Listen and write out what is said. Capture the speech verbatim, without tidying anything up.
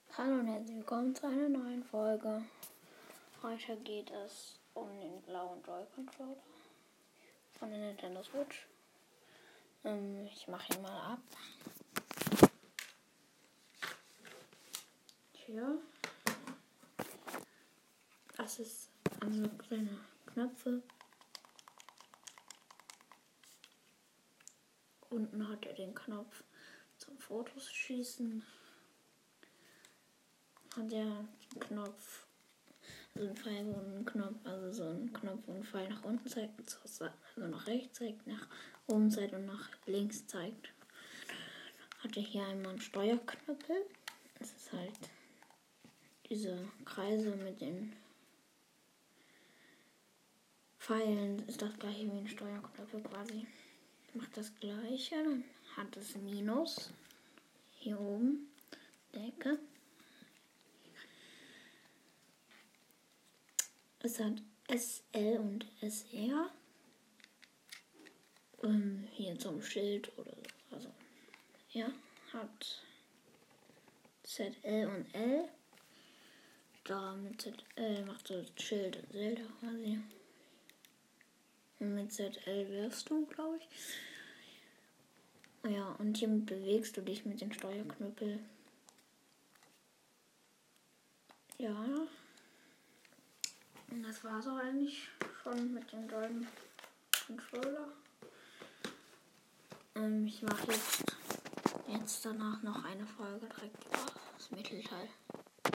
Hallo und herzlich willkommen zu einer neuen Folge. Heute geht es um den blauen Joy-Controller von der Nintendo Switch. Ähm, ich mache ihn mal ab. Hier. Das ist also kleine Knöpfe. Unten hat er den Knopf zum Fotos schießen. Hat er den Knopf, also einen Pfeil und einen Knopf, also so einen Knopf und ein Pfeil nach unten zeigt, also nach rechts zeigt, nach oben zeigt und nach links zeigt. Hat er hier einmal einen Steuerknüppel. Das ist halt diese Kreise mit den Pfeilen, ist das gleiche wie ein Steuerknüppel quasi. Macht das gleiche, dann hat es Minus hier oben, Decke. Es hat S L und S R. Ähm, hier zum Schild oder so. Also, ja, hat Z L und L. Da mit Z L macht das Schild und Zelda quasi. Und mit Z L wirfst du, glaube ich. Ja, und hiermit bewegst du dich mit den Steuerknüppel. Ja. Und das war es auch eigentlich schon mit dem Joy Controller. Ähm, ich mache jetzt, jetzt danach noch eine Folge direkt über das Mittelteil.